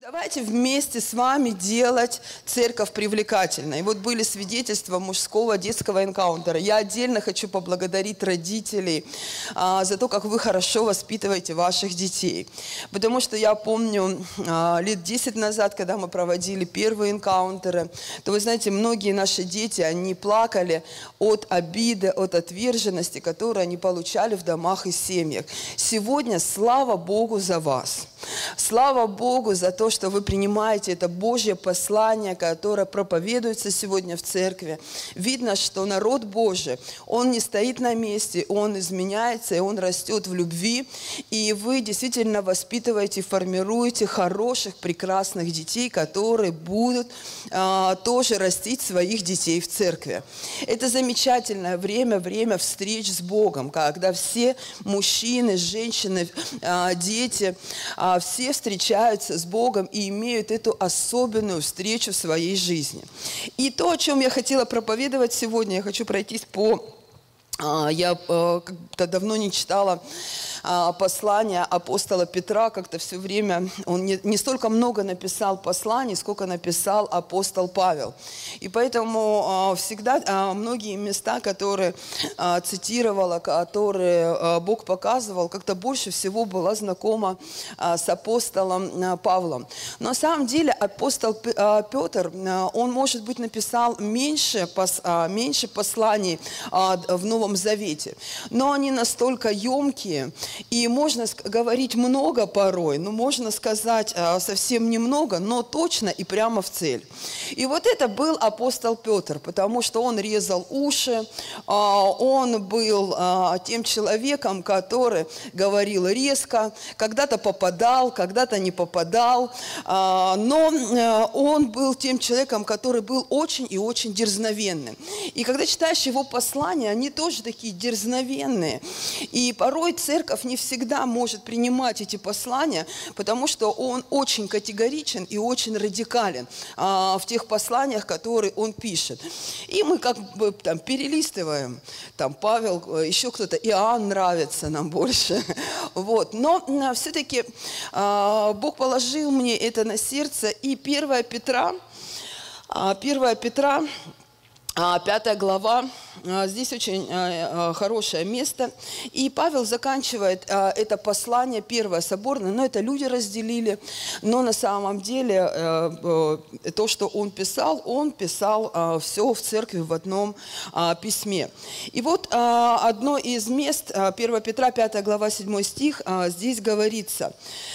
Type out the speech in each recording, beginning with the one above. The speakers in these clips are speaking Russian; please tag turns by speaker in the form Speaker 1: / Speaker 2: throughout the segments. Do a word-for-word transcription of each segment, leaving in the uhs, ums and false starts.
Speaker 1: Давайте вместе с вами делать церковь привлекательной. И вот были свидетельства мужского детского энкаунтера. Я отдельно хочу поблагодарить родителей а, за то, как вы хорошо воспитываете ваших детей. Потому что я помню а, лет десять назад, когда мы проводили первые энкаунтеры, то вы знаете, многие наши дети, они плакали от обиды, от отверженности, которую они получали в домах и семьях. Сегодня слава Богу за вас. Слава Богу за то, что вы принимаете это Божье послание, которое проповедуется сегодня в церкви. Видно, что народ Божий, он не стоит на месте, он изменяется, и он растет в любви. И вы действительно воспитываете, формируете хороших, прекрасных детей, которые будут а, тоже растить своих детей в церкви. Это замечательное время, время встреч с Богом, когда все мужчины, женщины, а, дети, а, все встречаются с Богом и имеют эту особенную встречу в своей жизни. И то, о чем я хотела проповедовать сегодня, я хочу пройтись по... Я как-то давно не читала послания апостола Петра, как-то все время, он не, не столько много написал посланий, сколько написал апостол Павел. И поэтому всегда многие места, которые цитировала, которые Бог показывал, как-то больше всего была знакома с апостолом Павлом. Но на самом деле апостол Петр, он, может быть, написал меньше, меньше посланий в Новом Завете, но они настолько емкие, и можно говорить много порой, но можно сказать а, совсем немного, но точно и прямо в цель. И вот это был апостол Петр, потому что он резал уши, а, он был а, тем человеком, который говорил резко, когда-то попадал, когда-то не попадал, а, но а, он был тем человеком, который был очень и очень дерзновенным. И когда читаешь его послания, они тоже такие дерзновенные. И порой церковь не всегда может принимать эти послания, потому что он очень категоричен и очень радикален а, в тех посланиях, которые он пишет. И мы как бы там перелистываем, там Павел, еще кто-то, Иоанн нравится нам больше. Вот. Но а, все-таки а, Бог положил мне это на сердце, и первое Петра, а, первое Петра, пятая глава, здесь очень хорошее место. И Павел заканчивает это послание, первое соборное, но это люди разделили. Но на самом деле то, что он писал, он писал все в церкви в одном письме. И вот одно из мест, первое Петра, пятая глава, седьмой стих, здесь говорится: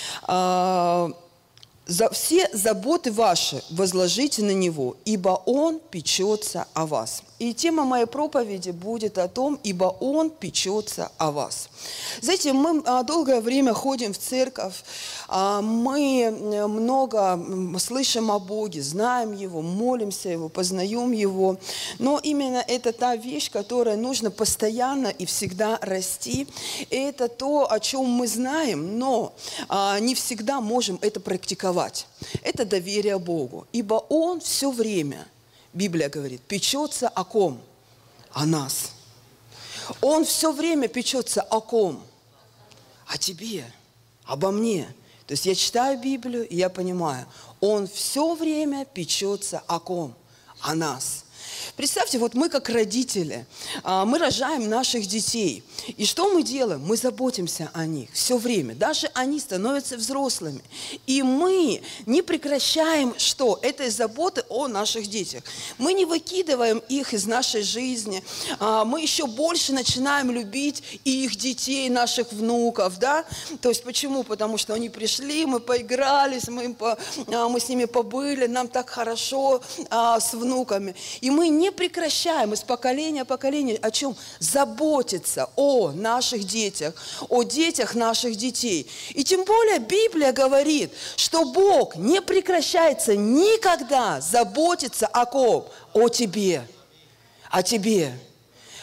Speaker 1: «За все заботы ваши возложите на Него, ибо Он печется о вас». И тема моей проповеди будет о том, ибо Он печется о вас. Знаете, мы долгое время ходим в церковь, мы много слышим о Боге, знаем Его, молимся Его, познаем Его. Но именно это та вещь, которая нужно постоянно и всегда расти. И это то, о чем мы знаем, но не всегда можем это практиковать. Это доверие Богу, ибо Он все время, Библия говорит, печется о ком? О нас. Он все время печется о ком? О тебе, обо мне. То есть я читаю Библию, и я понимаю, Он все время печется о ком? О нас. Представьте, вот мы как родители, мы рожаем наших детей. И что мы делаем? Мы заботимся о них все время. Даже они становятся взрослыми. И мы не прекращаем что? Этой заботы о наших детях. Мы не выкидываем их из нашей жизни. Мы еще больше начинаем любить и их детей, наших внуков. Да? То есть почему? Потому что они пришли, мы поигрались, мы, по, мы с ними побыли, нам так хорошо а, с внуками. И мы не прекращаем из поколения в поколение о чем? Заботиться о наших детях, о детях наших детей. И тем более Библия говорит, что Бог не прекращается никогда заботиться о ком? О тебе, о тебе.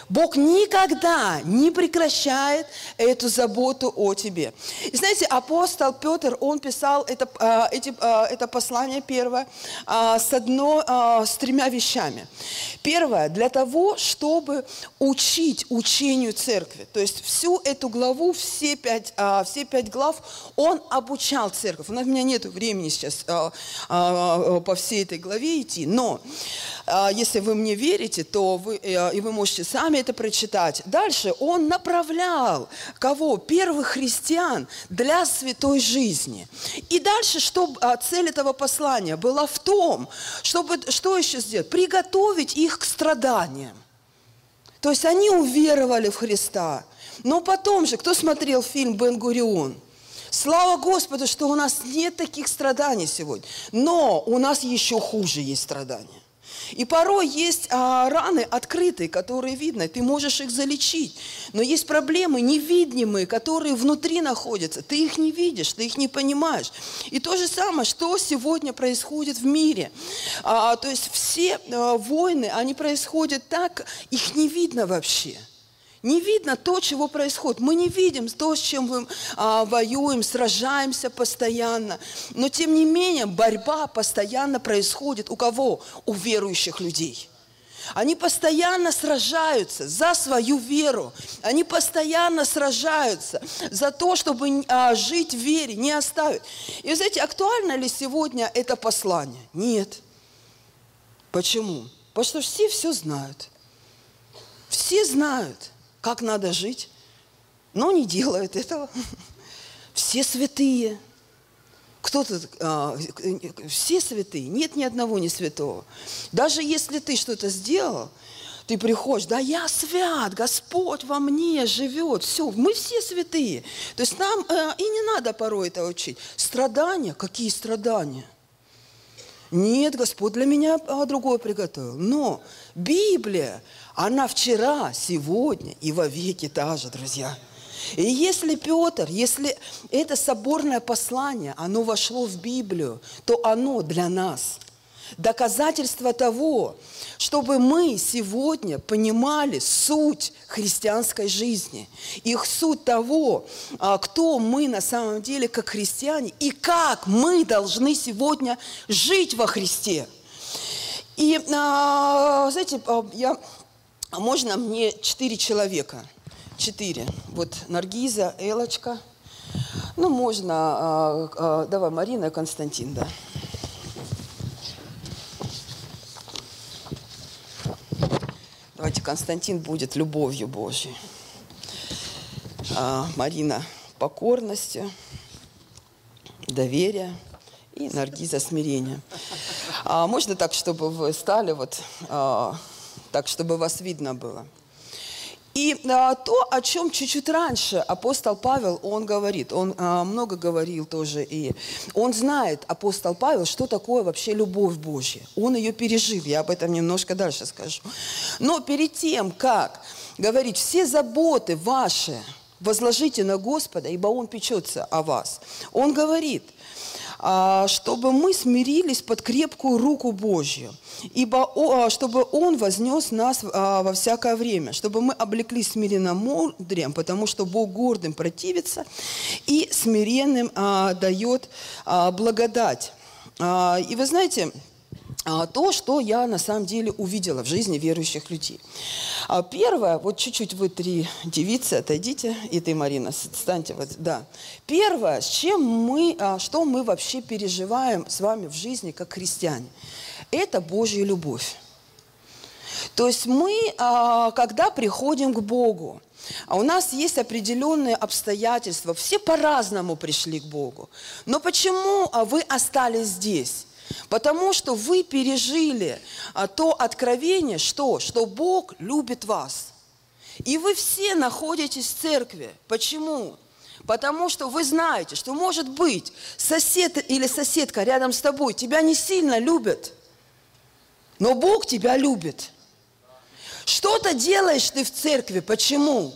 Speaker 1: Бог никогда не прекращает эту заботу о тебе. И знаете, апостол Петр, он писал это, эти, это послание первое с, одно, с тремя вещами. Первое, для того, чтобы учить учению церкви. То есть всю эту главу, все пять, все пять глав, он обучал церковь. У нас, у меня нет времени сейчас по всей этой главе идти, но если вы мне верите, то вы, и вы можете сами это прочитать. Дальше он направлял кого? Первых христиан для святой жизни. И дальше, что цель этого послания была в том, чтобы, что еще сделать? Приготовить их к страданиям. То есть они уверовали в Христа. Но потом же, кто смотрел фильм «Бен-Гурион»? Слава Господу, что у нас нет таких страданий сегодня. Но у нас еще хуже есть страдания. И порой есть а, раны открытые, которые видно, ты можешь их залечить. Но есть проблемы невидимые, которые внутри находятся. Ты их не видишь, ты их не понимаешь. И то же самое, что сегодня происходит в мире. А, то есть все а, войны, они происходят так, их не видно вообще. Не видно то, чего происходит. Мы не видим то, с чем мы а, воюем, сражаемся постоянно. Но, тем не менее, борьба постоянно происходит. У кого? У верующих людей. Они постоянно сражаются за свою веру. Они постоянно сражаются за то, чтобы а, жить в вере, не оставить. И, вы знаете, актуально ли сегодня это послание? Нет. Почему? Потому что все все знают. Все знают, как надо жить, но не делают этого. Все святые. Кто-то, а, все святые. Нет ни одного не святого. Даже если ты что-то сделал, ты приходишь, да я свят, Господь во мне живет. Все, мы все святые. То есть нам а, и не надо порой это учить. Страдания, какие страдания? Нет, Господь для меня а, другое приготовил. Но Библия, она вчера, сегодня и вовеки та же, друзья. И если Петр, если это соборное послание, оно вошло в Библию, то оно для нас доказательство того, чтобы мы сегодня понимали суть христианской жизни, их суть того, кто мы на самом деле как христиане и как мы должны сегодня жить во Христе. И, знаете, я... Можно мне четыре человека? Четыре. Вот Наргиза, Элочка. Ну, можно... А, а, давай, Марина и Константин, да. Давайте, Константин будет любовью Божьей. А, Марина покорностью, доверие и Наргиза смирение. А, можно так, чтобы вы стали вот... А, так, чтобы вас видно было. И а, то, о чем чуть-чуть раньше апостол Павел, он говорит, он а, много говорил тоже, и он знает, апостол Павел, что такое вообще любовь Божья. Он ее пережил, я об этом немножко дальше скажу. Но перед тем, как говорить, все заботы ваши возложите на Господа, ибо Он печется о вас. Он говорит, чтобы мы смирились под крепкую руку Божью, ибо чтобы Он вознес нас во всякое время, чтобы мы облеклись смиренномудрием, потому что Бог гордым противится и смиренным дает благодать. И вы знаете, то, что я на самом деле увидела в жизни верующих людей. Первое, вот чуть-чуть вы три девицы, отойдите, и ты, Марина, встаньте, вот, да. Первое, с чем мы, что мы вообще переживаем с вами в жизни как христиане, это Божья любовь. То есть мы, когда приходим к Богу, у нас есть определенные обстоятельства, все по-разному пришли к Богу. Но почему вы остались здесь? Потому что вы пережили а, то откровение, что? Что Бог любит вас. И вы все находитесь в церкви. Почему? Потому что вы знаете, что, может быть, сосед или соседка рядом с тобой тебя не сильно любят, но Бог тебя любит. Что-то делаешь ты в церкви. Почему?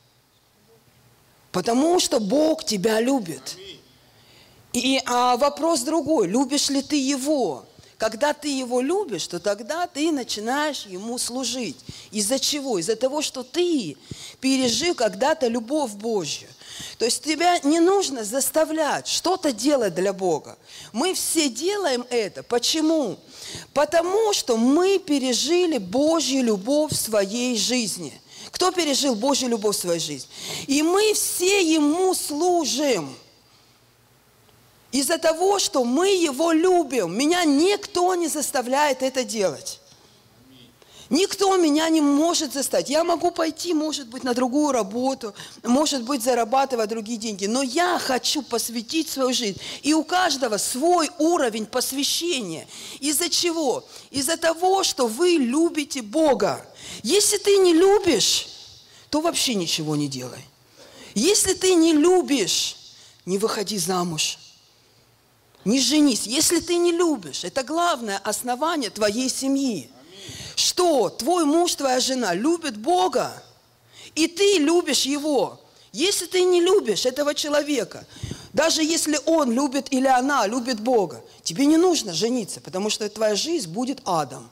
Speaker 1: Потому что Бог тебя любит. И а, вопрос другой, любишь ли ты Его? Когда ты Его любишь, то тогда ты начинаешь Ему служить. Из-за чего? Из-за того, что ты пережил когда-то любовь Божью. То есть тебя не нужно заставлять что-то делать для Бога. Мы все делаем это. Почему? Потому что мы пережили Божью любовь в своей жизни. Кто пережил Божью любовь в своей жизни? И мы все Ему служим. Из-за того, что мы Его любим. Меня никто не заставляет это делать. Никто меня не может заставить. Я могу пойти, может быть, на другую работу, может быть, зарабатывать другие деньги. Но я хочу посвятить свою жизнь. И у каждого свой уровень посвящения. Из-за чего? Из-за того, что вы любите Бога. Если ты не любишь, то вообще ничего не делай. Если ты не любишь, не выходи замуж. Не женись. Если ты не любишь, это главное основание твоей семьи. Что твой муж, твоя жена любит Бога, и ты любишь Его. Если ты не любишь этого человека, даже если он любит или она любит Бога, тебе не нужно жениться, потому что твоя жизнь будет адом.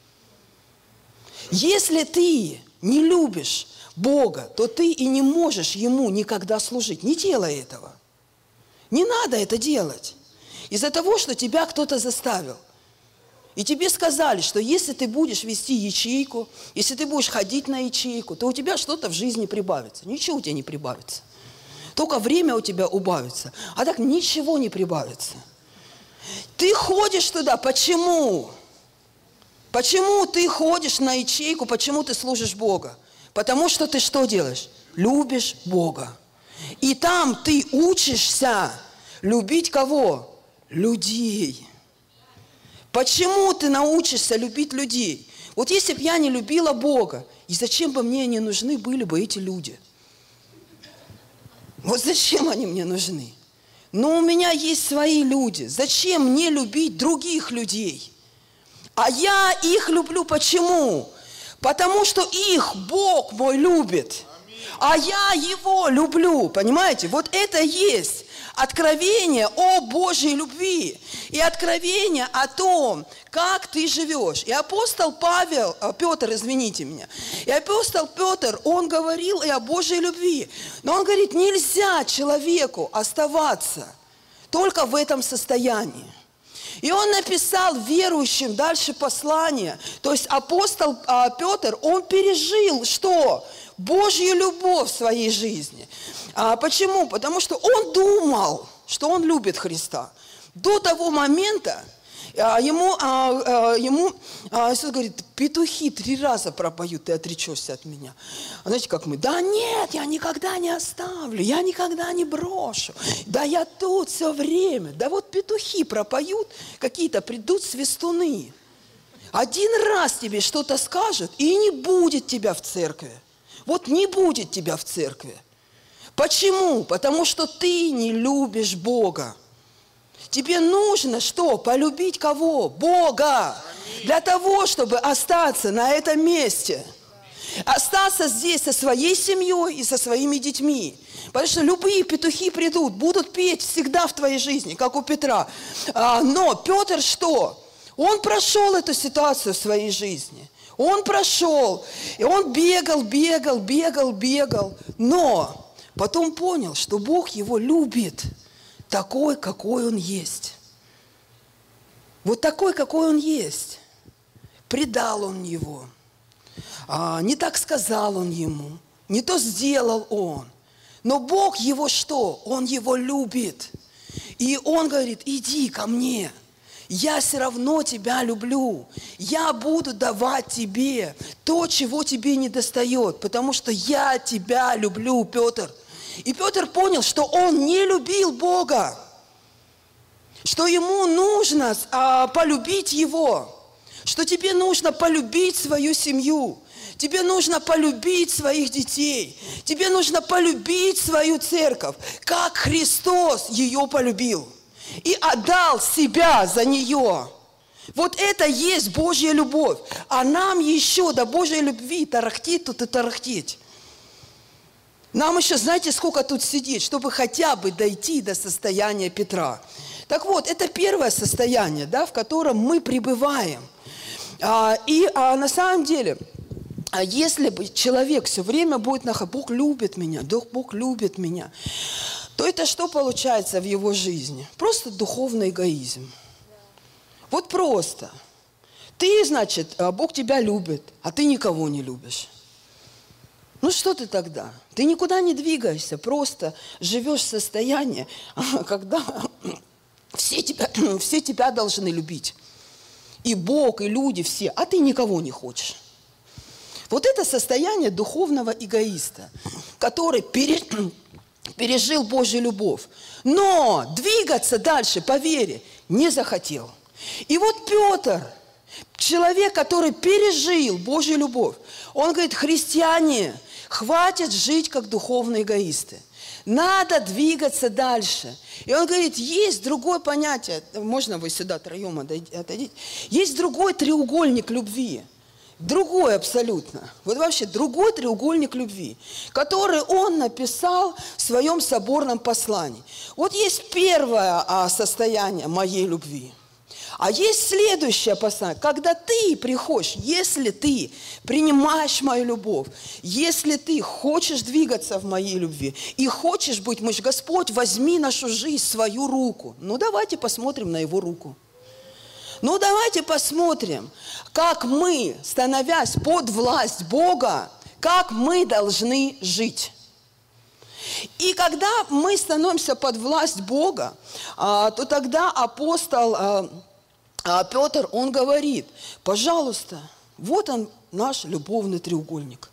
Speaker 1: Если ты не любишь Бога, то ты и не можешь Ему никогда служить. Не делай этого. Не надо это делать. Из-за того, что тебя кто-то заставил. И тебе сказали, что если ты будешь вести ячейку, если ты будешь ходить на ячейку, то у тебя что-то в жизни прибавится. Ничего у тебя не прибавится. Только время у тебя убавится. А так ничего не прибавится. Ты ходишь туда. Почему? Почему ты ходишь на ячейку? Почему ты служишь Бога? Потому что ты что делаешь? Любишь Бога. И там ты учишься любить кого? Людей. Почему ты научишься любить людей? Вот если бы я не любила Бога, и зачем бы мне не нужны были бы эти люди? Вот зачем они мне нужны? Но у меня есть свои люди. Зачем мне любить других людей? А я их люблю почему? Потому что их Бог мой любит. А я Его люблю. Понимаете? Вот это есть откровение о Божьей любви. И откровение о том, как ты живешь. И апостол Павел, Петр, извините меня. И апостол Петр, он говорил и о Божьей любви. Но он говорит, нельзя человеку оставаться только в этом состоянии. И он написал верующим дальше послание. То есть апостол а, Петр, он пережил что? Божью любовь в своей жизни. А почему? Потому что он думал, что он любит Христа. До того момента а, ему, а, а, ему а, Иисус говорит, петухи три раза пропоют, ты отречешься от меня. А знаете, как мы? Да нет, я никогда не оставлю, я никогда не брошу. Да я тут все время. Да вот петухи пропоют, какие-то придут свистуны. Один раз тебе что-то скажут, и не будет тебя в церкви. Вот не будет тебя в церкви. Почему? Потому что ты не любишь Бога. Тебе нужно что? Полюбить кого? Бога. Для того, чтобы остаться на этом месте. Остаться здесь со своей семьей и со своими детьми. Потому что любые петухи придут, будут петь всегда в твоей жизни, как у Петра. Но Петр что? Он прошел эту ситуацию в своей жизни. Он прошел, и он бегал, бегал, бегал, бегал, но потом понял, что Бог его любит такой, какой он есть. Вот такой, какой он есть. Предал он его, а, не так сказал он ему, не то сделал он. Но Бог его что? Он его любит. И он говорит, иди ко мне. Я все равно тебя люблю. Я буду давать тебе то, чего тебе не достает, потому что я тебя люблю, Петр. И Петр понял, что он не любил Бога, что ему нужно а, полюбить Его, что тебе нужно полюбить свою семью, тебе нужно полюбить своих детей, тебе нужно полюбить свою церковь, как Христос ее полюбил. И отдал себя за нее. Вот это есть Божья любовь. А нам еще до Божьей любви тарахтеть тут и тарахтеть. Нам еще, знаете, сколько тут сидеть, чтобы хотя бы дойти до состояния Петра. Так вот, это первое состояние, да, в котором мы пребываем. А, и а, на самом деле, а если бы человек все время будет находить, Бог любит меня, Бог любит меня, то это что получается в его жизни? Просто духовный эгоизм. Вот просто. Ты, значит, Бог тебя любит, а ты никого не любишь. Ну что ты тогда? Ты никуда не двигаешься, просто живешь в состоянии, когда все тебя, все тебя должны любить. И Бог, и люди все, а ты никого не хочешь. Вот это состояние духовного эгоиста, который пере, пережил Божью любовь, но двигаться дальше по вере не захотел. И вот Петр, человек, который пережил Божью любовь, он говорит: христиане, хватит жить как духовные эгоисты. Надо двигаться дальше. И он говорит, есть другое понятие. Можно вы сюда троем отойдите? Есть другой треугольник любви. Другой абсолютно. Вот вообще другой треугольник любви, который он написал в своем соборном послании. Вот есть первое а, состояние моей любви. А есть следующее послание, когда ты приходишь, если ты принимаешь мою любовь, если ты хочешь двигаться в моей любви и хочешь быть, мы же, Господь, возьми нашу жизнь в свою руку. Ну, давайте посмотрим на его руку. Ну, давайте посмотрим, как мы, становясь под власть Бога, как мы должны жить. И когда мы становимся под власть Бога, то тогда апостол Петр, он говорит, пожалуйста, вот он наш любовный треугольник,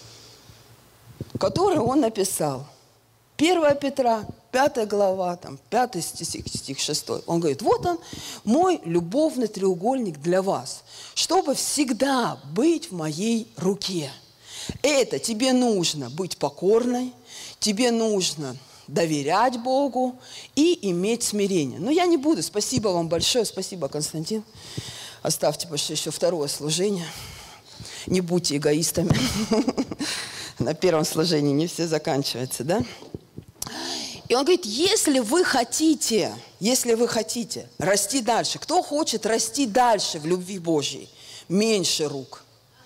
Speaker 1: который он написал. первое Петра, пятая глава, там, пятый стих, стих шестой. Он говорит, вот он, мой любовный треугольник для вас, чтобы всегда быть в моей руке. Это тебе нужно быть покорной, тебе нужно доверять Богу и иметь смирение. Но я не буду. Спасибо вам большое. Спасибо, Константин. Оставьте, потому что еще второе служение. Не будьте эгоистами. На первом служении не все заканчивается, да? И он говорит, если вы хотите, если вы хотите расти дальше, кто хочет расти дальше в любви Божьей? Меньше рук.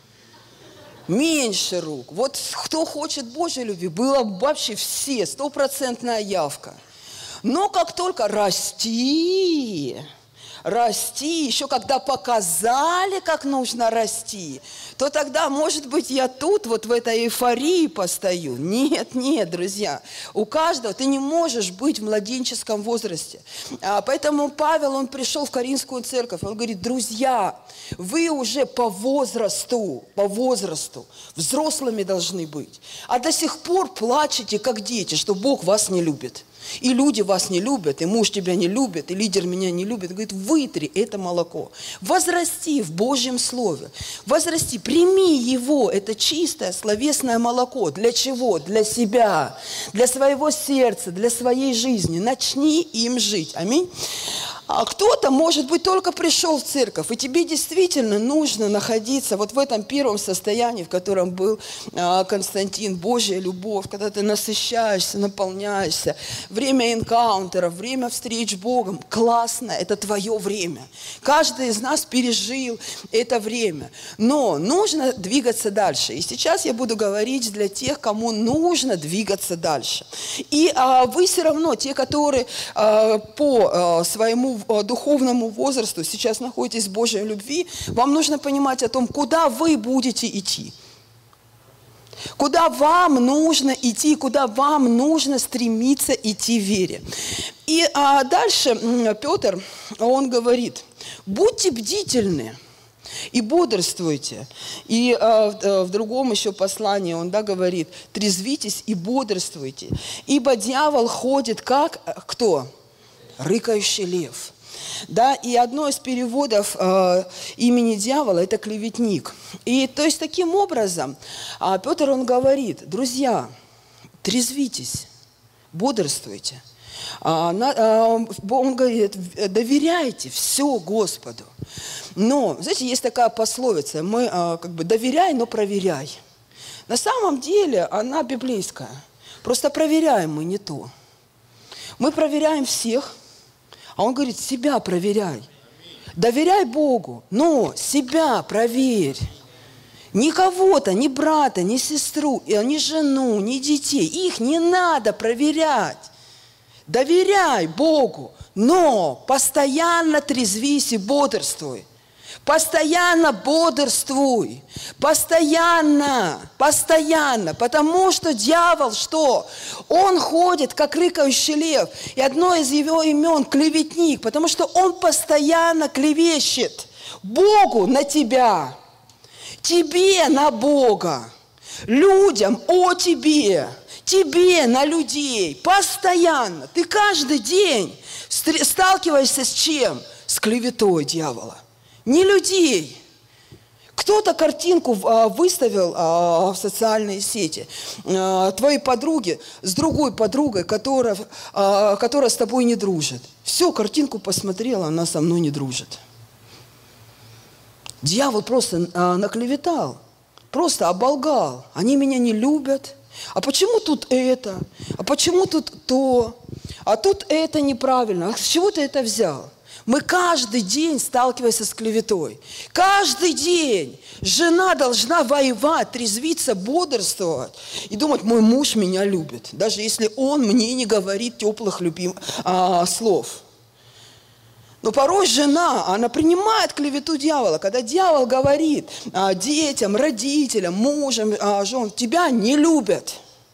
Speaker 1: Меньше рук. Вот кто хочет Божьей любви, было вообще все, стопроцентная явка. Но как только расти, расти, еще когда показали, как нужно расти, то тогда, может быть, я тут вот в этой эйфории постою. Нет, нет, друзья, у каждого ты не можешь быть в младенческом возрасте. А, поэтому Павел, он пришел в Коринфскую церковь, он говорит, друзья, вы уже по возрасту, по возрасту взрослыми должны быть, а до сих пор плачете, как дети, что Бог вас не любит. И люди вас не любят, и муж тебя не любит, и лидер меня не любит. Говорит, вытри это молоко. Возрасти в Божьем Слове. Возрасти, прими его, это чистое словесное молоко. Для чего? Для себя, для своего сердца, для своей жизни. Начни им жить. Аминь. А кто-то, может быть, только пришел в церковь, и тебе действительно нужно находиться вот в этом первом состоянии, в котором был а, Константин, Божья любовь, когда ты насыщаешься, наполняешься. Время энкаунтеров, время встреч с Богом. Классно, это твое время. Каждый из нас пережил это время. Но нужно двигаться дальше. И сейчас я буду говорить для тех, кому нужно двигаться дальше. И а, вы все равно, те, которые а, по а, своему духовному возрасту сейчас находитесь в Божьей любви, вам нужно понимать о том, куда вы будете идти. Куда вам нужно идти, куда вам нужно стремиться идти в вере. И а, дальше Петр, он говорит, будьте бдительны и бодрствуйте. И а, в другом еще послании он, да, говорит, трезвитесь и бодрствуйте. Ибо дьявол ходит как, кто? Рыкающий лев. Да, и одно из переводов э, имени дьявола – это клеветник. И то есть таким образом э, Петр, он говорит, друзья, трезвитесь, бодрствуйте. А, на, а, он говорит, доверяйте все Господу. Но, знаете, есть такая пословица, мы а, как бы доверяй, но проверяй. На самом деле она библейская. Просто проверяем мы не то. Мы проверяем всех, А он говорит, себя проверяй. Доверяй Богу, но себя проверь. Ни кого-то, ни брата, ни сестру, ни жену, ни детей. Их не надо проверять. Доверяй Богу, но постоянно трезвись и бодрствуй. Постоянно бодрствуй. Постоянно, постоянно. Потому что дьявол что? Он ходит, как рыкающий лев. И одно из его имен – клеветник. Потому что он постоянно клевещет Богу на тебя. Тебе на Бога, людям о тебе, тебе на людей, постоянно. Ты каждый день сталкиваешься с чем? С клеветой дьявола. Не людей. Кто-то картинку выставил в социальные сети твоей подруги с другой подругой, которая, которая с тобой не дружит. Все, картинку посмотрела, она со мной не дружит. Дьявол просто а, наклеветал, просто оболгал. Они меня не любят. А почему тут это? А почему тут то? А тут это неправильно. А с чего ты это взял? Мы каждый день сталкиваемся с клеветой. Каждый день жена должна воевать, трезвиться, бодрствовать и думать, мой муж меня любит, даже если он мне не говорит теплых любим, а, слов. Но порой жена, она принимает клевету дьявола. Когда дьявол говорит а, детям, родителям, мужам, а, женам, тебя не любят.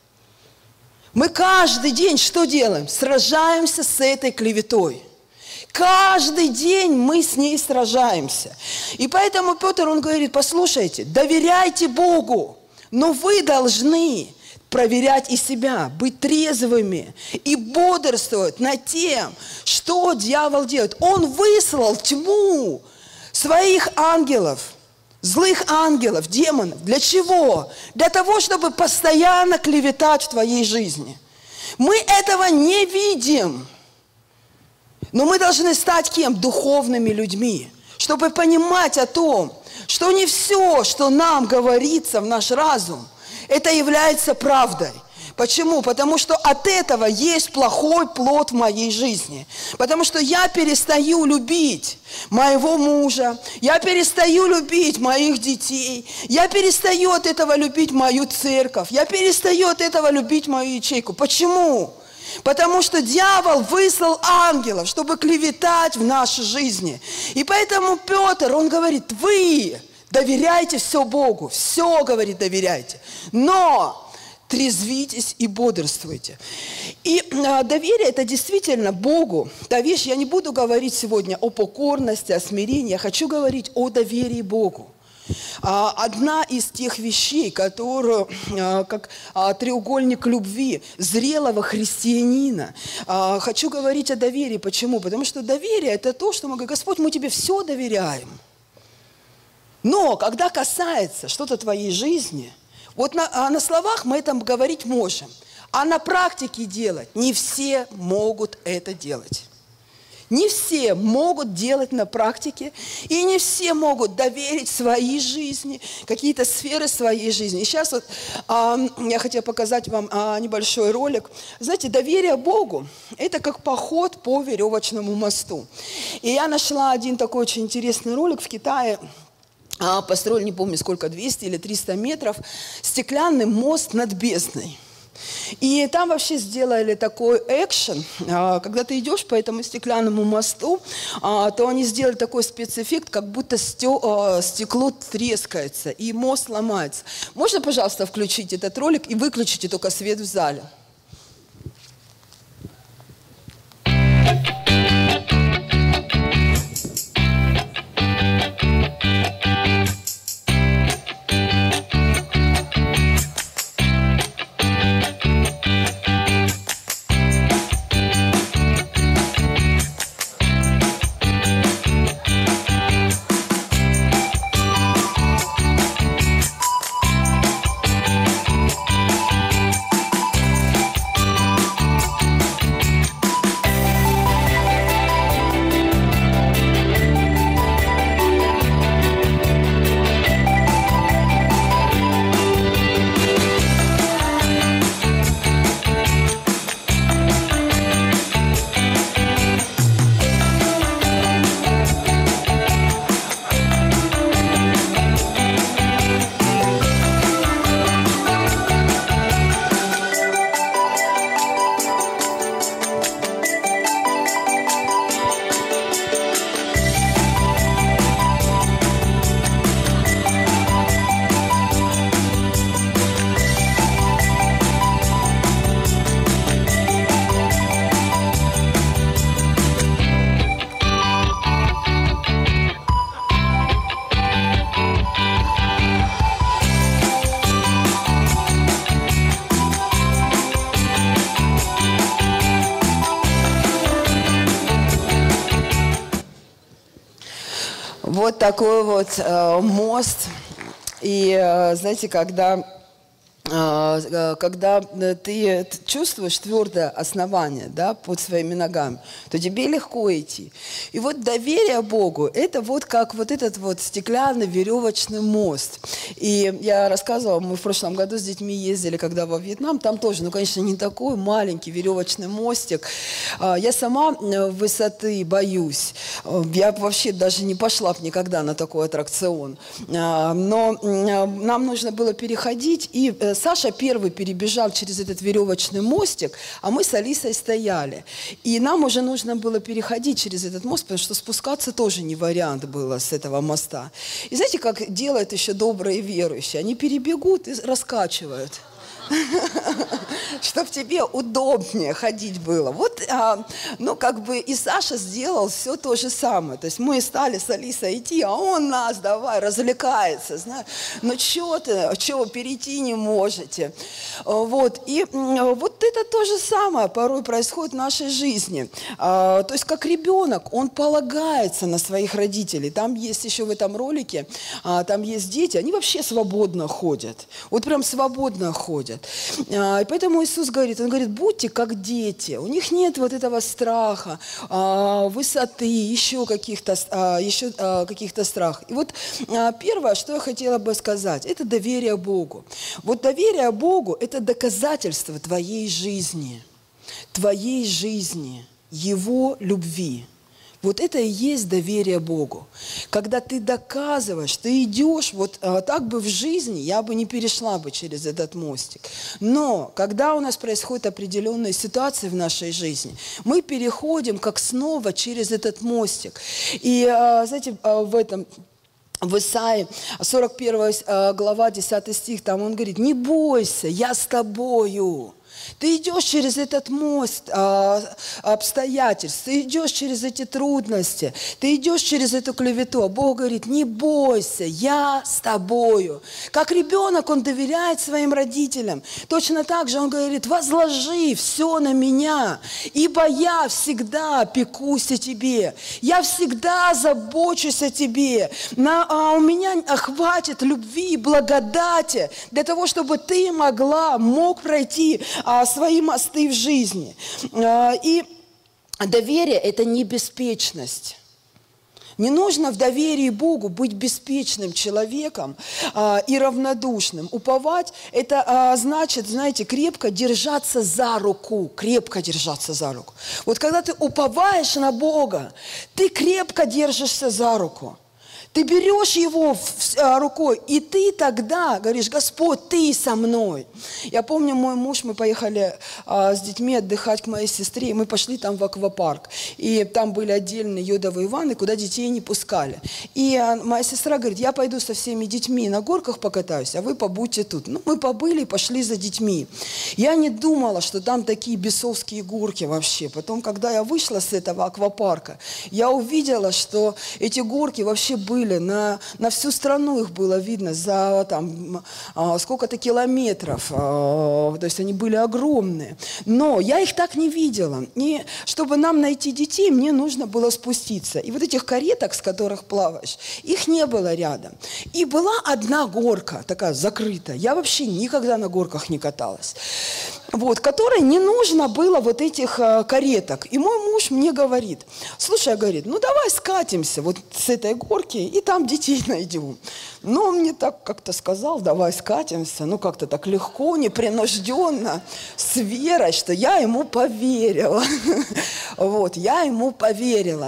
Speaker 1: Мы каждый день что делаем? Сражаемся с этой клеветой. Каждый день мы с ней сражаемся. И поэтому Петр, он говорит, послушайте, доверяйте Богу, но вы должны проверять и себя, быть трезвыми и бодрствовать над тем, что дьявол делает. Он выслал тьму своих ангелов, злых ангелов, демонов. Для чего? Для того, чтобы постоянно клеветать в твоей жизни. Мы этого не видим, но мы должны стать кем? Духовными людьми, чтобы понимать о том, что не все, что нам говорится в наш разум, это является правдой. Почему? Потому что от этого есть плохой плод в моей жизни. Потому что я перестаю любить моего мужа, я перестаю любить моих детей, я перестаю от этого любить мою церковь, я перестаю от этого любить мою ячейку. Почему? Потому что дьявол выслал ангелов, чтобы клеветать в нашей жизни. И поэтому Петр, он говорит, вы... доверяйте все Богу, все, говорит, доверяйте, но трезвитесь и бодрствуйте. И а, доверие – это действительно Богу та вещь. Я не буду говорить сегодня о покорности, о смирении, я хочу говорить о доверии Богу. А, одна из тех вещей, которую, а, как а, треугольник любви зрелого христианина, а, хочу говорить о доверии. Почему? Потому что доверие – это то, что мы говорим, Господь, мы тебе все доверяем. Но когда касается что-то твоей жизни, вот на, а на словах мы это говорить можем, а на практике делать не все могут это делать. Не все могут делать на практике, и не все могут доверить своей жизни, какие-то сферы своей жизни. И сейчас вот, а, я хотела показать вам а, небольшой ролик. Знаете, доверие Богу – это как поход по веревочному мосту. И я нашла один такой очень интересный ролик в Китае. Построили, не помню сколько, двести или триста метров, стеклянный мост над бездной. И там вообще сделали такой экшен, когда ты идешь по этому стеклянному мосту, то они сделали такой спецэффект, как будто стекло трескается и мост ломается. Можно, пожалуйста, включить этот ролик и выключите только свет в зале? Вот такой вот э, мост. И, э, знаете, когда, э, когда ты чувствуешь твердое основание, да, под своими ногами, то тебе легко идти. И вот доверие Богу – это вот как вот этот вот стеклянный веревочный мост. И я рассказывала, мы в прошлом году с детьми ездили, когда во Вьетнам, там тоже, ну, конечно, не такой маленький веревочный мостик. Я сама высоты боюсь. Я вообще даже не пошла бы никогда на такой аттракцион. Но нам нужно было переходить, и Саша первый перебежал через этот веревочный мостик, а мы с Алисой стояли. И нам уже нужно было переходить через этот мост, потому что спускаться тоже не вариант было с этого моста. И знаете, как делают еще добрые верующие? Они перебегут и раскачивают. Чтобы тебе удобнее ходить было. Вот, а, ну, как бы и Саша сделал все то же самое. То есть мы стали с Алисой идти, а он нас, давай, развлекается, знаешь. Ну, что ты, что, перейти не можете. Вот, и вот это то же самое порой происходит в нашей жизни. А, то есть как ребенок, он полагается на своих родителей. Там есть еще в этом ролике, а, там есть дети, они вообще свободно ходят. Вот прям свободно ходят. И поэтому Иисус говорит, Он говорит, будьте как дети. У них нет вот этого страха, высоты, еще каких-то, еще каких-то страхов. И вот первое, что я хотела бы сказать, это доверие Богу. Вот доверие Богу – это доказательство твоей жизни, твоей жизни, Его любви. Вот это и есть доверие Богу. Когда ты доказываешь, ты идешь, вот а, так бы в жизни я бы не перешла бы через этот мостик. Но когда у нас происходят определенные ситуации в нашей жизни, мы переходим как снова через этот мостик. И, а, знаете, а, в этом... В Исаии, сорок первая глава, десятый стих, там он говорит, не бойся, я с тобою. Ты идешь через этот мост а, обстоятельств, ты идешь через эти трудности, ты идешь через эту клевету. А Бог говорит, не бойся, я с тобою. Как ребенок, он доверяет своим родителям. Точно так же он говорит, возложи все на меня, ибо я всегда пекусь о тебе. Я всегда забочусь о тебе. На, а у меня хватит любви и благодати для того, чтобы ты могла, мог пройти а, свои мосты в жизни. А, и доверие – это не беспечность. Не нужно в доверии Богу быть беспечным человеком а, и равнодушным. Уповать – это а, значит, знаете, крепко держаться за руку, крепко держаться за руку. Вот когда ты уповаешь на Бога, ты крепко держишься за руку. Ты берешь его рукой, и ты тогда говоришь, Господь, ты со мной. Я помню, мой муж, мы поехали а, с детьми отдыхать к моей сестре, и мы пошли там в аквапарк. И там были отдельные йодовые ванны, куда детей не пускали. И а, моя сестра говорит, я пойду со всеми детьми на горках покатаюсь, а вы побудьте тут. Ну, мы побыли и пошли за детьми. Я не думала, что там такие бесовские горки вообще. Потом, когда я вышла с этого аквапарка, я увидела, что эти горки вообще были На, на всю страну, их было видно за там, а, сколько-то километров. А, то есть они были огромные. Но я их так не видела. И чтобы нам найти детей, мне нужно было спуститься. И вот этих кареток, с которых плаваешь, их не было рядом. И была одна горка, такая закрытая. Я вообще никогда на горках не каталась. Вот, которой не нужно было вот этих а, кареток. И мой муж мне говорит, слушай, говорит, ну давай скатимся вот с этой горки и там детей найдем. Но он мне так как-то сказал, давай скатимся, ну как-то так легко, непринужденно, с верой, что я ему поверила. Вот, я ему поверила.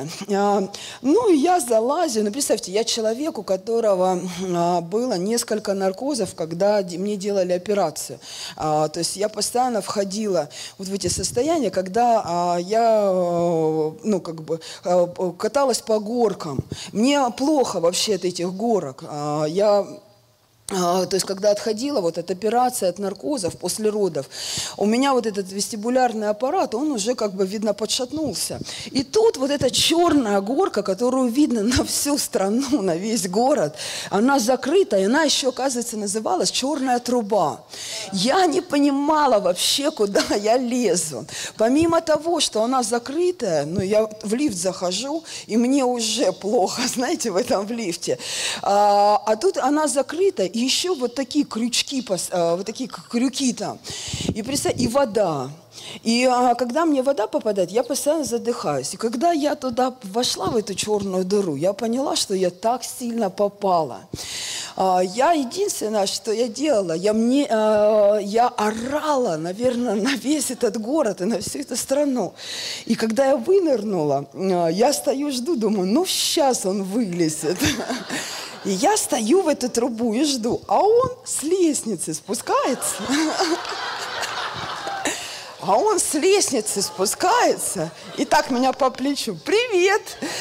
Speaker 1: Ну и я залазю, ну представьте, я человек, у которого было несколько наркозов, когда мне делали операцию. То есть я постоянно входила вот в эти состояния, когда я, ну как бы, каталась по горкам. Мне плохо вообще от этих горок. Я то есть, когда отходила вот от операции, от наркозов после родов, у меня вот этот вестибулярный аппарат, он уже как бы, видно, подшатнулся. И тут вот эта черная горка, которую видно на всю страну, на весь город, она закрыта, и она еще, оказывается, называлась «черная труба». Я не понимала вообще, куда я лезу. Помимо того, что она закрытая, ну, я в лифт захожу, и мне уже плохо, знаете, в этом в лифте. А, а тут она закрыта, и еще вот такие крючки, вот такие крюки там. И, и вода. И а, когда мне вода попадает, я постоянно задыхаюсь. И когда я туда вошла, в эту черную дыру, я поняла, что я так сильно попала. А, я единственное, что я делала, я, мне, а, я орала, наверное, на весь этот город и на всю эту страну. И когда я вынырнула, а, я стою, жду, думаю, ну сейчас он вылезет. И я стою в эту трубу и жду, а он с лестницы спускается. А он с лестницы спускается и так меня по плечу. Привет!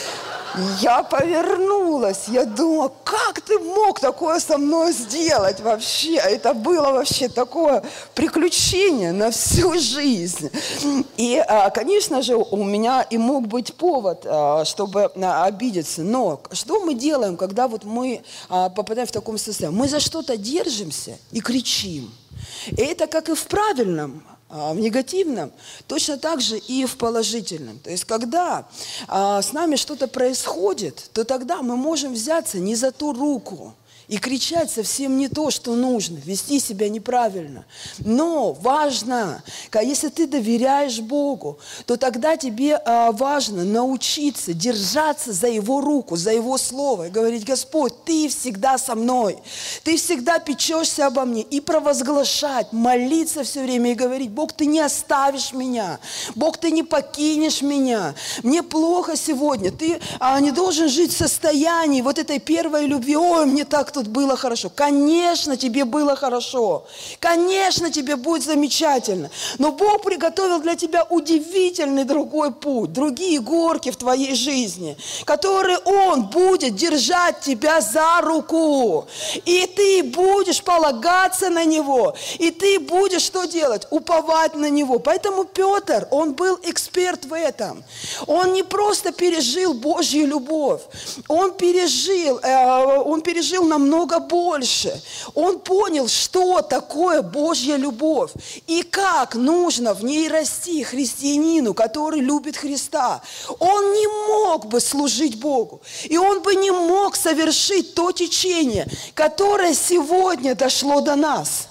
Speaker 1: Я повернулась, я думала, как ты мог такое со мной сделать вообще? Это было вообще такое приключение на всю жизнь. И, конечно же, у меня и мог быть повод, чтобы обидеться. Но что мы делаем, когда вот мы попадаем в таком состояние? Мы за что-то держимся и кричим. И это как и в правильном, в негативном, точно так же и в положительном. То есть, когда а, с нами что-то происходит, то тогда мы можем взяться не за ту руку и кричать совсем не то, что нужно, вести себя неправильно. Но важно, если ты доверяешь Богу, то тогда тебе а, важно научиться держаться за Его руку, за Его Слово и говорить: Господь, Ты всегда со мной, Ты всегда печешься обо мне. И провозглашать, молиться все время и говорить: Бог, Ты не оставишь меня, Бог, Ты не покинешь меня, мне плохо сегодня, Ты а, не должен жить в состоянии вот этой первой любви, ой, мне так тут было хорошо. Конечно, тебе было хорошо. Конечно, тебе будет замечательно. Но Бог приготовил для тебя удивительный другой путь, другие горки в твоей жизни, которые Он будет держать тебя за руку. И ты будешь полагаться на Него. И ты будешь что делать? Уповать на Него. Поэтому Петр, он был эксперт в этом. Он не просто пережил Божью любовь. Он пережил, э, он пережил намного намного больше. Он понял, что такое Божья любовь и как нужно в ней расти христианину, который любит Христа. Он не мог бы служить Богу, и он бы не мог совершить то течение, которое сегодня дошло до нас,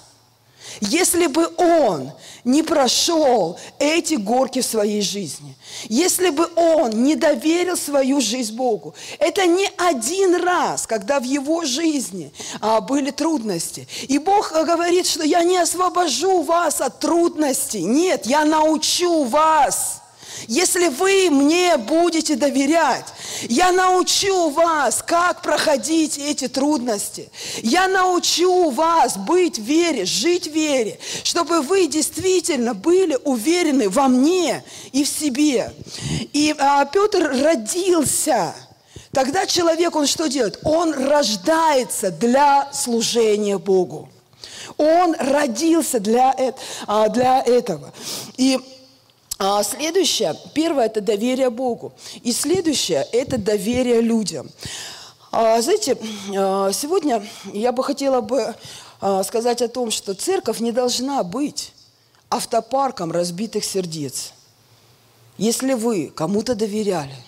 Speaker 1: если бы он не прошел эти горки в своей жизни, если бы он не доверил свою жизнь Богу. Это не один раз, когда в его жизни а, были трудности. И Бог говорит, что я не освобожу вас от трудностей. Нет, я научу вас. Если вы мне будете доверять, я научу вас, как проходить эти трудности. Я научу вас быть в вере, жить в вере, чтобы вы действительно были уверены во мне и в себе. И а, Петр родился. Тогда человек, он что делает? Он рождается для служения Богу. Он родился для, для этого. И А следующее, первое – это доверие Богу. И следующее – это доверие людям. А, знаете, сегодня я бы хотела бы сказать о том, что церковь не должна быть автопарком разбитых сердец. Если вы кому-то доверяли,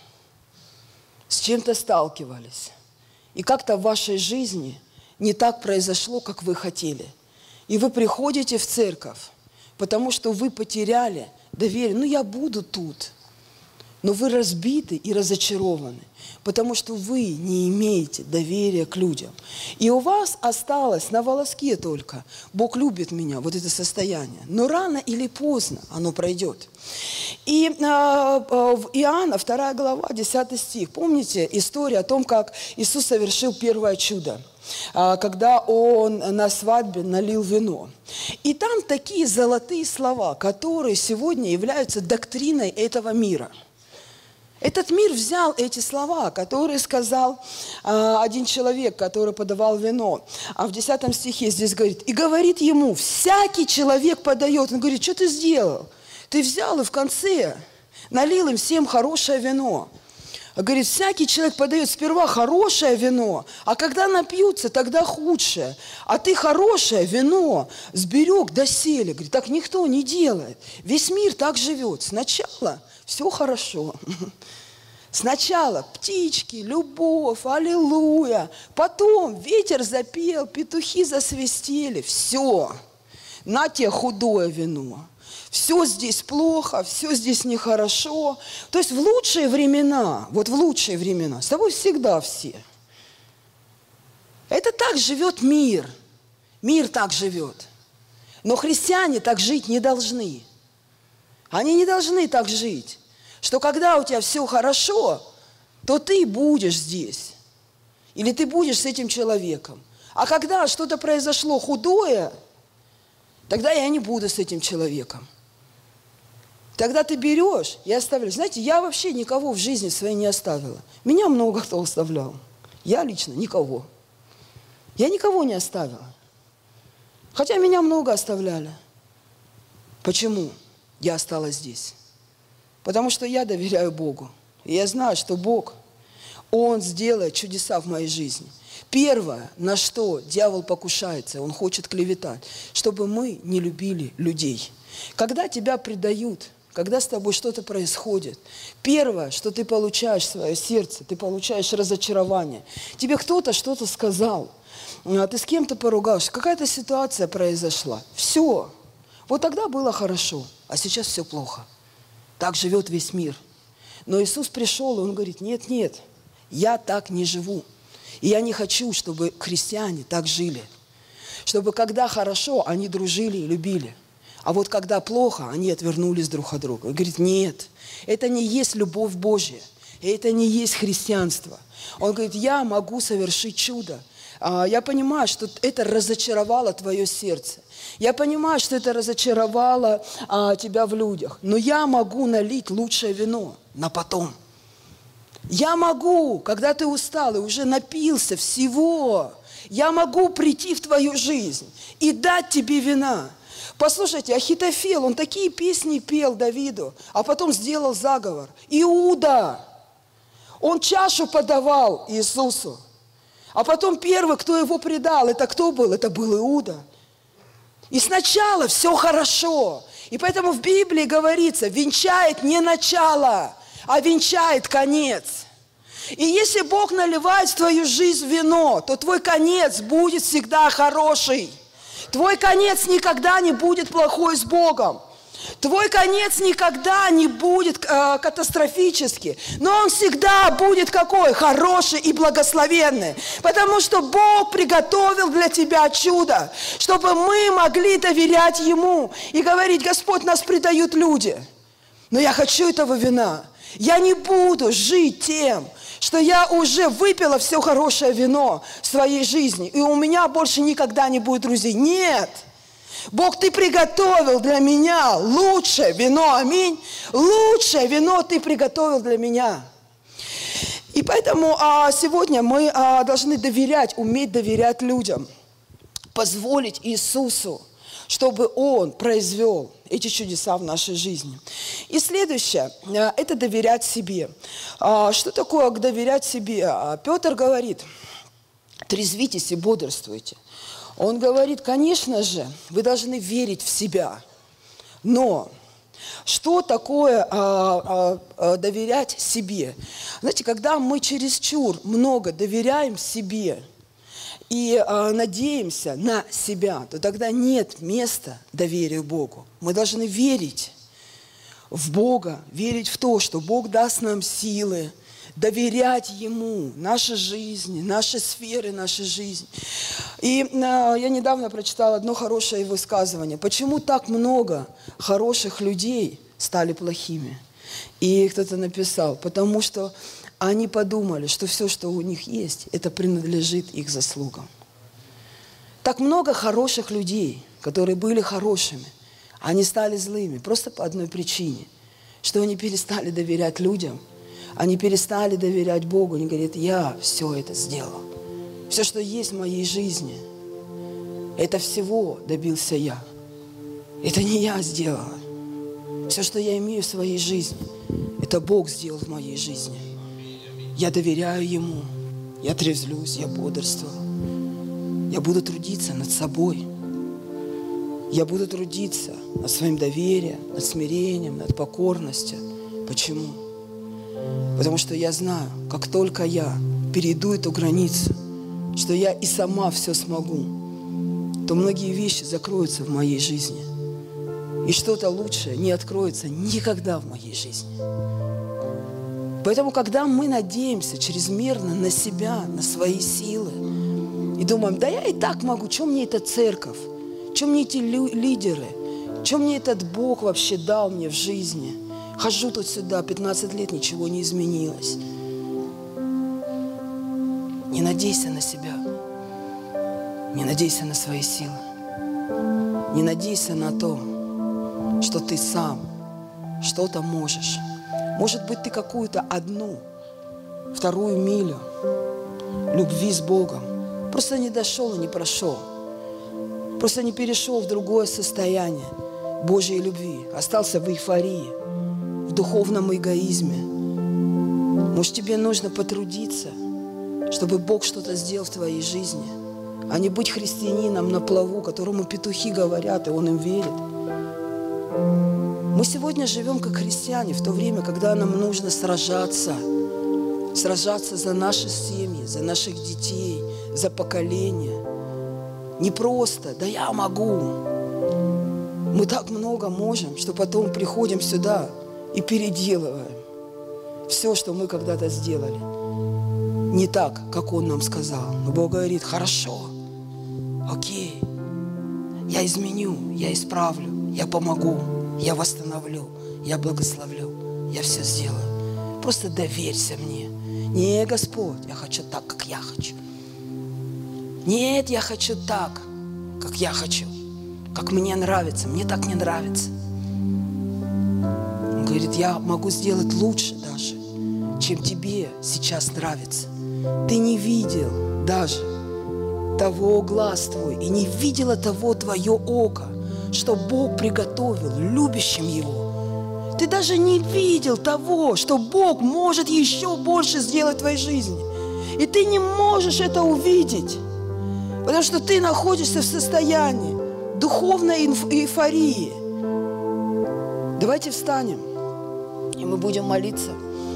Speaker 1: с чем-то сталкивались, и как-то в вашей жизни не так произошло, как вы хотели, и вы приходите в церковь, потому что вы потеряли доверие. Ну, я буду тут. Но вы разбиты и разочарованы, потому что вы не имеете доверия к людям. И у вас осталось на волоске только: Бог любит меня, вот это состояние. Но рано или поздно оно пройдет. И а, в Иоанна, вторая глава, десятый стих. Помните историю о том, как Иисус совершил первое чудо? Когда он на свадьбе налил вино. И там такие золотые слова, которые сегодня являются доктриной этого мира. Этот мир взял эти слова, которые сказал а, один человек, который подавал вино. А в десятом стихе здесь говорит, и говорит ему, всякий человек подает. Он говорит, что ты сделал? Ты взял и в конце налил им всем хорошее вино. Говорит, всякий человек подает сперва хорошее вино, а когда напьются, тогда худшее. А ты хорошее вино сберег доселе. Говорит, так никто не делает. Весь мир так живет. Сначала все хорошо. Сначала птички, любовь, аллилуйя. Потом ветер запел, петухи засвистели. Все. На тебе худое вино. Все здесь плохо, все здесь нехорошо. То есть в лучшие времена, вот в лучшие времена, с тобой всегда все. Это так живет мир. Мир так живет. Но христиане так жить не должны. Они не должны так жить, что когда у тебя все хорошо, то ты будешь здесь. Или ты будешь с этим человеком. А когда что-то произошло худое, тогда я не буду с этим человеком. Тогда ты берешь и оставляешь. Знаете, я вообще никого в жизни своей не оставила. Меня много кто оставлял. Я лично никого. Я никого не оставила. Хотя меня много оставляли. Почему я осталась здесь? Потому что я доверяю Богу. И я знаю, что Бог, Он сделает чудеса в моей жизни. Первое, на что дьявол покушается, он хочет клеветать, чтобы мы не любили людей. Когда тебя предают, когда с тобой что-то происходит, первое, что ты получаешь в свое сердце, ты получаешь разочарование. Тебе кто-то что-то сказал, ты с кем-то поругался, какая-то ситуация произошла. Все. Вот тогда было хорошо, а сейчас все плохо. Так живет весь мир. Но Иисус пришел, и Он говорит, нет, нет, я так не живу. И я не хочу, чтобы христиане так жили. Чтобы когда хорошо, они дружили и любили. А вот когда плохо, они отвернулись друг от друга. Он говорит, нет, это не есть любовь Божья. Это не есть христианство. Он говорит, я могу совершить чудо. Я понимаю, что это разочаровало твое сердце. Я понимаю, что это разочаровало а, тебя в людях. Но я могу налить лучшее вино на потом. Я могу, когда ты устал и уже напился всего, я могу прийти в твою жизнь и дать тебе вина. Послушайте, Ахитофел, он такие песни пел Давиду, а потом сделал заговор. Иуда, он чашу подавал Иисусу. А потом первый, кто его предал, это кто был? Это был Иуда. И сначала все хорошо. И поэтому в Библии говорится, венчает не начало, а венчает конец. И если Бог наливает в твою жизнь вино, то твой конец будет всегда хороший. Твой конец никогда не будет плохой с Богом. Твой конец никогда не будет э, катастрофический, но он всегда будет какой? Хороший и благословенный. Потому что Бог приготовил для тебя чудо, чтобы мы могли доверять Ему и говорить, Господь, нас предают люди, но я хочу этого вина. Я не буду жить тем, что я уже выпила все хорошее вино в своей жизни, и у меня больше никогда не будет друзей. Нет! Бог, Ты приготовил для меня лучшее вино, аминь. Лучшее вино Ты приготовил для меня. И поэтому а, сегодня мы а, должны доверять, уметь доверять людям. Позволить Иисусу, чтобы Он произвел эти чудеса в нашей жизни. И следующее, а, это доверять себе. А, что такое доверять себе? А, Петр говорит, трезвитесь и бодрствуйте. Он говорит, конечно же, вы должны верить в себя. Но что такое а, а, а, доверять себе? Знаете, когда мы чересчур много доверяем себе и а, надеемся на себя, то тогда нет места доверию Богу. Мы должны верить в Бога, верить в то, что Бог даст нам силы, доверять Ему, нашей жизни, нашей сферы, нашей жизни. И э, я недавно прочитала одно хорошее высказывание. Почему так много хороших людей стали плохими? И кто-то написал, потому что они подумали, что все, что у них есть, это принадлежит их заслугам. Так много хороших людей, которые были хорошими, они стали злыми просто по одной причине, что они перестали доверять людям. Они перестали доверять Богу. Они говорят, я все это сделал. Все, что есть в моей жизни, это всего добился я. Это не я сделала. Все, что я имею в своей жизни, это Бог сделал в моей жизни. Я доверяю Ему. Я трезвлюсь, я бодрствую. Я буду трудиться над собой. Я буду трудиться над своим доверием, над смирением, над покорностью. Почему? Потому что я знаю, как только я перейду эту границу, что я и сама все смогу, то многие вещи закроются в моей жизни. И что-то лучшее не откроется никогда в моей жизни. Поэтому, когда мы надеемся чрезмерно на себя, на свои силы, и думаем, да я и так могу, что мне эта церковь, что мне эти лидеры, что мне этот Бог вообще дал мне в жизни. Хожу тут сюда, пятнадцать лет, ничего не изменилось. Не надейся на себя, не надейся на свои силы, не надейся на то, что ты сам что-то можешь. Может быть, ты какую-то одну, вторую милю любви с Богом просто не дошел и не прошел. Просто не перешел в другое состояние Божьей любви. Остался в эйфории, в духовном эгоизме. Может, тебе нужно потрудиться, чтобы Бог что-то сделал в твоей жизни, а не быть христианином на плаву, которому петухи говорят, и он им верит. Мы сегодня живем как христиане в то время, когда нам нужно сражаться. Сражаться за наши семьи, за наших детей, за поколение. Не просто, да я могу. Мы так много можем, что потом приходим сюда и переделываем все, что мы когда-то сделали. Не так, как Он нам сказал. Но Бог говорит, хорошо, окей, я изменю, я исправлю, я помогу. Я восстановлю, я благословлю, я все сделаю. Просто доверься мне. Не, Господь, я хочу так, как я хочу. Нет, я хочу так, как я хочу. Как мне нравится, мне так не нравится. Он говорит, я могу сделать лучше даже, чем тебе сейчас нравится. Ты не видел даже того глаз твой, и не видела того твое око, что Бог приготовил любящим Его. Ты даже не видел того, что Бог может еще больше сделать в твоей жизни. И ты не можешь это увидеть, потому что ты находишься в состоянии духовной эйфории. Давайте встанем, и мы будем молиться.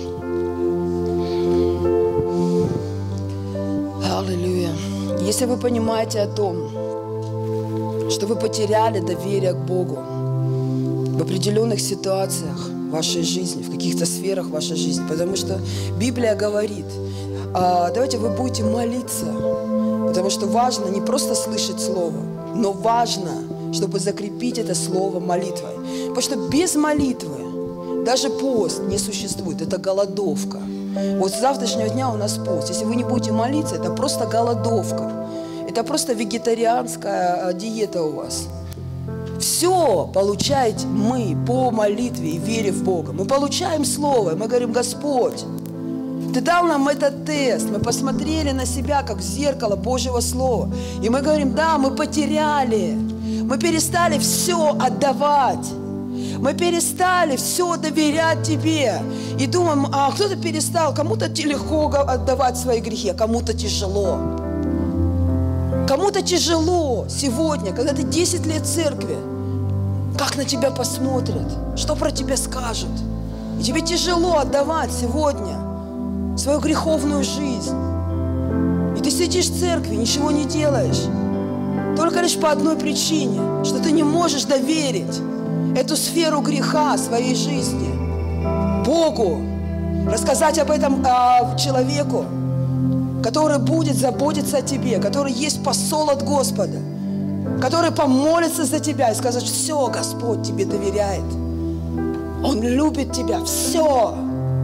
Speaker 1: Аллилуйя. Если вы понимаете о том, что вы потеряли доверие к Богу в определенных ситуациях вашей жизни, в каких-то сферах вашей жизни, потому что Библия говорит, а, давайте вы будете молиться, потому что важно не просто слышать Слово, но важно, чтобы закрепить это Слово молитвой. Потому что без молитвы даже пост не существует, это голодовка. Вот с завтрашнего дня у нас пост. Если вы не будете молиться, это просто голодовка. Это просто вегетарианская диета у вас. Все получаете мы по молитве и вере в Бога. Мы получаем Слово, и мы говорим, Господь, Ты дал нам этот тест. Мы посмотрели на себя, как в зеркало Божьего Слова. И мы говорим, да, мы потеряли. Мы перестали все отдавать. Мы перестали все доверять Тебе. И думаем, а кто-то перестал, кому-то легко отдавать свои грехи, а кому-то тяжело. Кому-то тяжело сегодня, когда ты десять лет в церкви, как на тебя посмотрят, что про тебя скажут. И тебе тяжело отдавать сегодня свою греховную жизнь. И ты сидишь в церкви, ничего не делаешь. Только лишь по одной причине, что ты не можешь доверить эту сферу греха своей жизни Богу. Рассказать об этом а, человеку, который будет заботиться о тебе, который есть посол от Господа, который помолится за тебя и скажет, все, Господь тебе доверяет. Он любит тебя, все.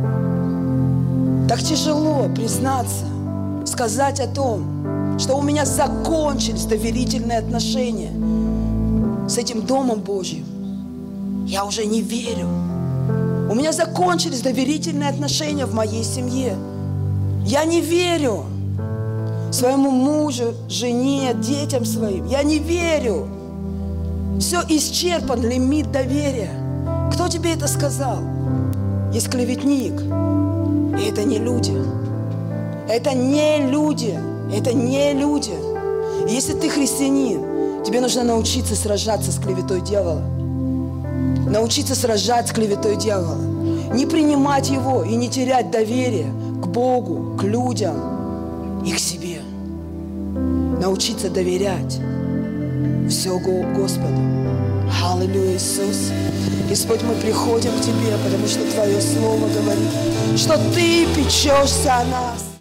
Speaker 1: Так тяжело признаться, сказать о том, что у меня закончились доверительные отношения с этим Домом Божьим. Я уже не верю. У меня закончились доверительные отношения в моей семье. Я не верю своему мужу, жене, детям своим. Я не верю. Все исчерпан лимит доверия. Кто тебе это сказал? Есть клеветник. И это не люди. Это не люди. Это не люди. И если ты христианин, тебе нужно научиться сражаться с клеветой дьявола. Научиться сражаться с клеветой дьявола. Не принимать его и не терять доверие к Богу, к людям и к себе. Научиться доверять все Господу. Аллилуйя, Иисус. Господь, мы приходим к Тебе, потому что Твое Слово говорит, что Ты печешься о нас.